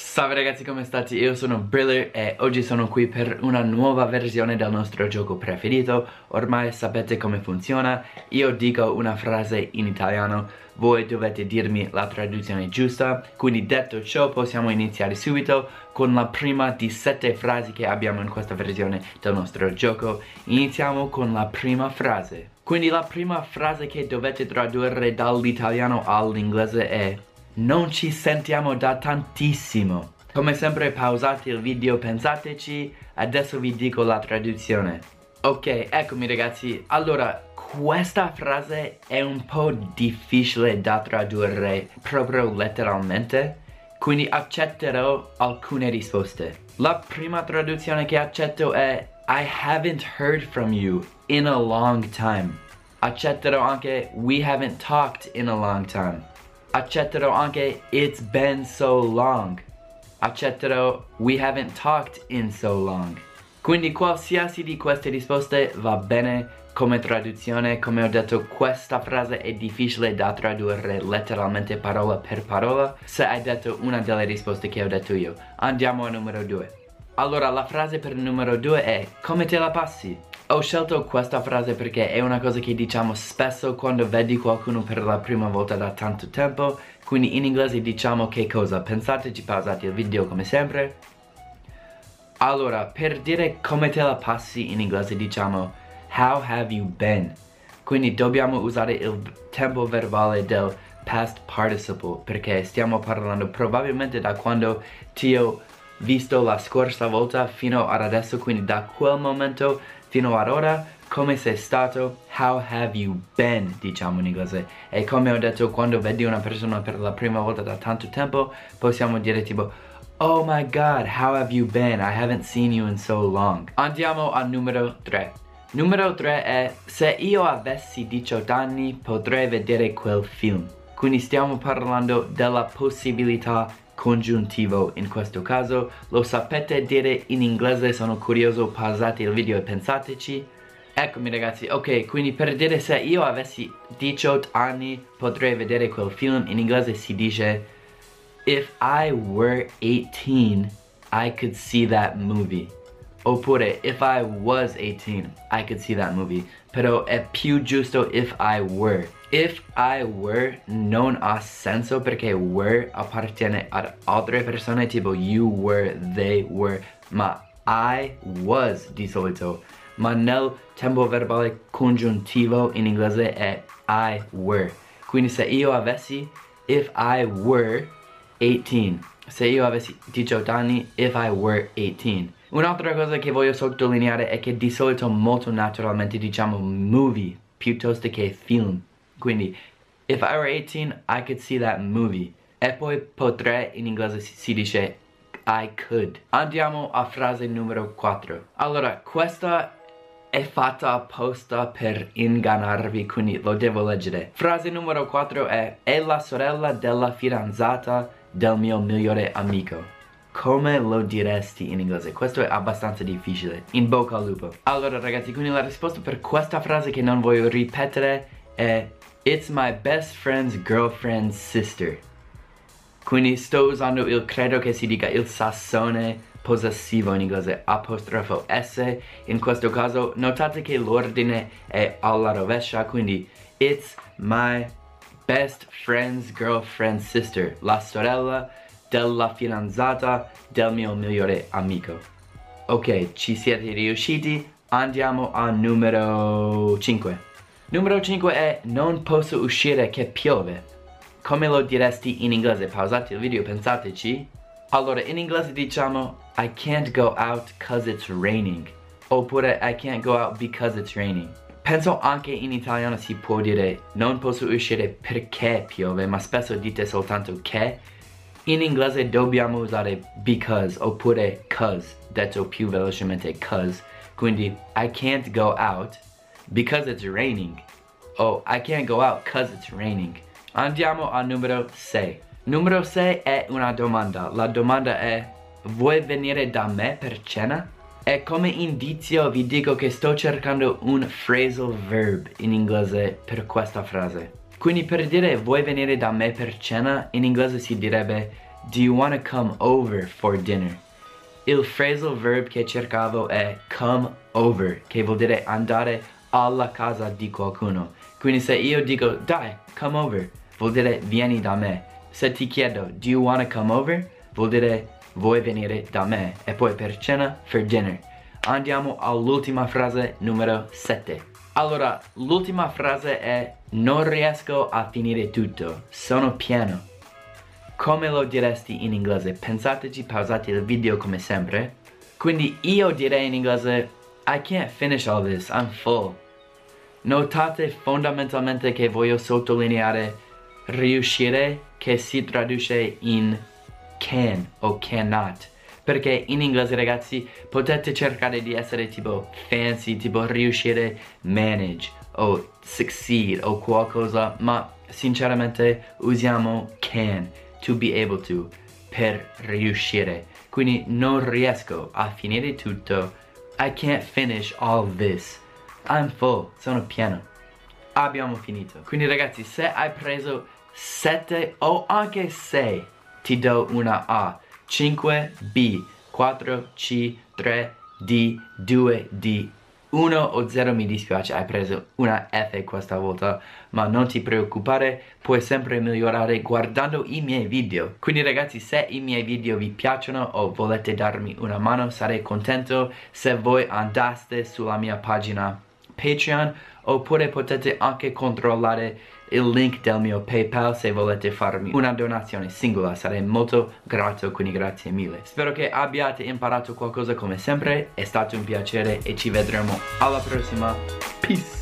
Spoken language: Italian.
Salve ragazzi, come state? Io sono Briller e oggi sono qui per una nuova versione del nostro gioco preferito. Ormai sapete come funziona. Io dico una frase in italiano, voi dovete dirmi la traduzione giusta. Quindi detto ciò possiamo iniziare subito con la prima di 7 frasi che abbiamo in questa versione del nostro gioco. Iniziamo con la prima frase. Quindi la prima frase che dovete tradurre dall'italiano all'inglese è: non ci sentiamo da tantissimo. Come sempre pausate il video, pensateci, adesso vi dico la traduzione. Ok, eccomi ragazzi, allora questa frase è un po' difficile da tradurre proprio letteralmente, quindi accetterò alcune risposte. La prima traduzione che accetto è I haven't heard from you in a long time. Accetterò anche we haven't talked in a long time. Accetterò anche it's been so long. Accetterò we haven't talked in so long. Quindi qualsiasi di queste risposte va bene come traduzione. Come ho detto, questa frase è difficile da tradurre letteralmente parola per parola se hai detto una delle risposte che ho detto io. Andiamo al numero 2. Allora la frase per il numero 2 è: come te la passi? Ho scelto questa frase perché è una cosa che diciamo spesso quando vedi qualcuno per la prima volta da tanto tempo. Quindi in inglese diciamo che cosa? Pensateci, pausate il video come sempre. Allora, per dire come te la passi in inglese diciamo how have you been? Quindi dobbiamo usare il tempo verbale del past participle perché stiamo parlando probabilmente da quando ti ho visto la scorsa volta fino ad adesso, quindi da quel momento fino ad ora, come sei stato, how have you been, diciamo in inglese. E come ho detto, quando vedi una persona per la prima volta da tanto tempo, possiamo dire tipo oh my god, how have you been? I haven't seen you in so long. Andiamo al numero 3. Numero 3 è: se io avessi 18 anni potrei vedere quel film. Quindi stiamo parlando della possibilità congiuntivo in questo caso. Lo sapete dire in inglese? Sono curioso, pausate il video e pensateci. Eccomi ragazzi, ok, quindi per dire se io avessi 18 anni potrei vedere quel film, in inglese si dice if I were 18 I could see that movie. Oppure if I was 18 I could see that movie. Però è più giusto if I were. If I were non ha senso perché were appartiene ad altre persone, tipo you were, they were, ma I was di solito. Ma nel tempo verbale congiuntivo in inglese è I were. Quindi se io avessi, if I were 18. Se io avessi 18 anni, if I were 18. Un'altra cosa che voglio sottolineare è che di solito molto naturalmente diciamo movie piuttosto che film. Quindi if I were 18 I could see that movie. E poi potrei in inglese si dice I could. Andiamo a frase numero 4. Allora questa è fatta apposta per ingannarvi, quindi lo devo leggere. Frase numero 4 è la sorella della fidanzata del mio migliore amico. Come lo diresti in inglese? Questo è abbastanza difficile. In bocca al lupo. Allora ragazzi, quindi la risposta per questa frase che non voglio ripetere è it's my best friend's girlfriend's sister. Quindi sto usando credo che si dica il sassone possessivo in inglese, apostrofo S. In questo caso notate che l'ordine è alla rovescia, quindi it's my best friend's girlfriend's sister, la sorella della fidanzata del mio migliore amico. Ok, ci siete riusciti? Andiamo al numero 5. Numero 5 è non posso uscire che piove. Come lo diresti in inglese? Pausate il video, pensateci. Allora, in inglese diciamo I can't go out cause it's raining. Oppure I can't go out because it's raining. Penso anche in italiano si può dire non posso uscire perché piove, ma spesso dite soltanto che. In inglese dobbiamo usare because oppure cause, detto più velocemente cause. Quindi I can't go out because it's raining. O I can't go out cause it's raining. Andiamo al numero 6. Numero 6 è una domanda. La domanda è: vuoi venire da me per cena? E come indizio vi dico che sto cercando un phrasal verb in inglese per questa frase. Quindi per dire vuoi venire da me per cena, in inglese si direbbe do you want to come over for dinner? Il phrasal verb che cercavo è come over, che vuol dire andare alla casa di qualcuno. Quindi se io dico dai, come over, vuol dire vieni da me. Se ti chiedo do you want to come over, vuol dire vuoi venire da me. E poi per cena, for dinner. Andiamo all'ultima frase, numero 7. Allora, l'ultima frase è non riesco a finire tutto, sono pieno. Come lo diresti in inglese? Pensateci, pausate il video come sempre. Quindi io direi in inglese I can't finish all this, I'm full. Notate fondamentalmente che voglio sottolineare riuscire, che si traduce in can o cannot. Perché in inglese, ragazzi, potete cercare di essere tipo fancy, tipo riuscire, manage o succeed o qualcosa, ma sinceramente usiamo can, to be able to, per riuscire. Quindi non riesco a finire tutto. I can't finish all this. I'm full, sono pieno. Abbiamo finito. Quindi ragazzi, se hai preso 7 o anche 6, ti do una A. 5 B, 4 C, 3 D, 2 D, 1 o 0 mi dispiace, hai preso una F questa volta, ma non ti preoccupare, puoi sempre migliorare guardando i miei video. Quindi ragazzi, se i miei video vi piacciono o volete darmi una mano, sarei contento se voi andaste sulla mia pagina Patreon, oppure potete anche controllare il link del mio PayPal se volete farmi una donazione singola, sarei molto grato, quindi grazie mille. Spero che abbiate imparato qualcosa come sempre, è stato un piacere e ci vedremo alla prossima. Peace!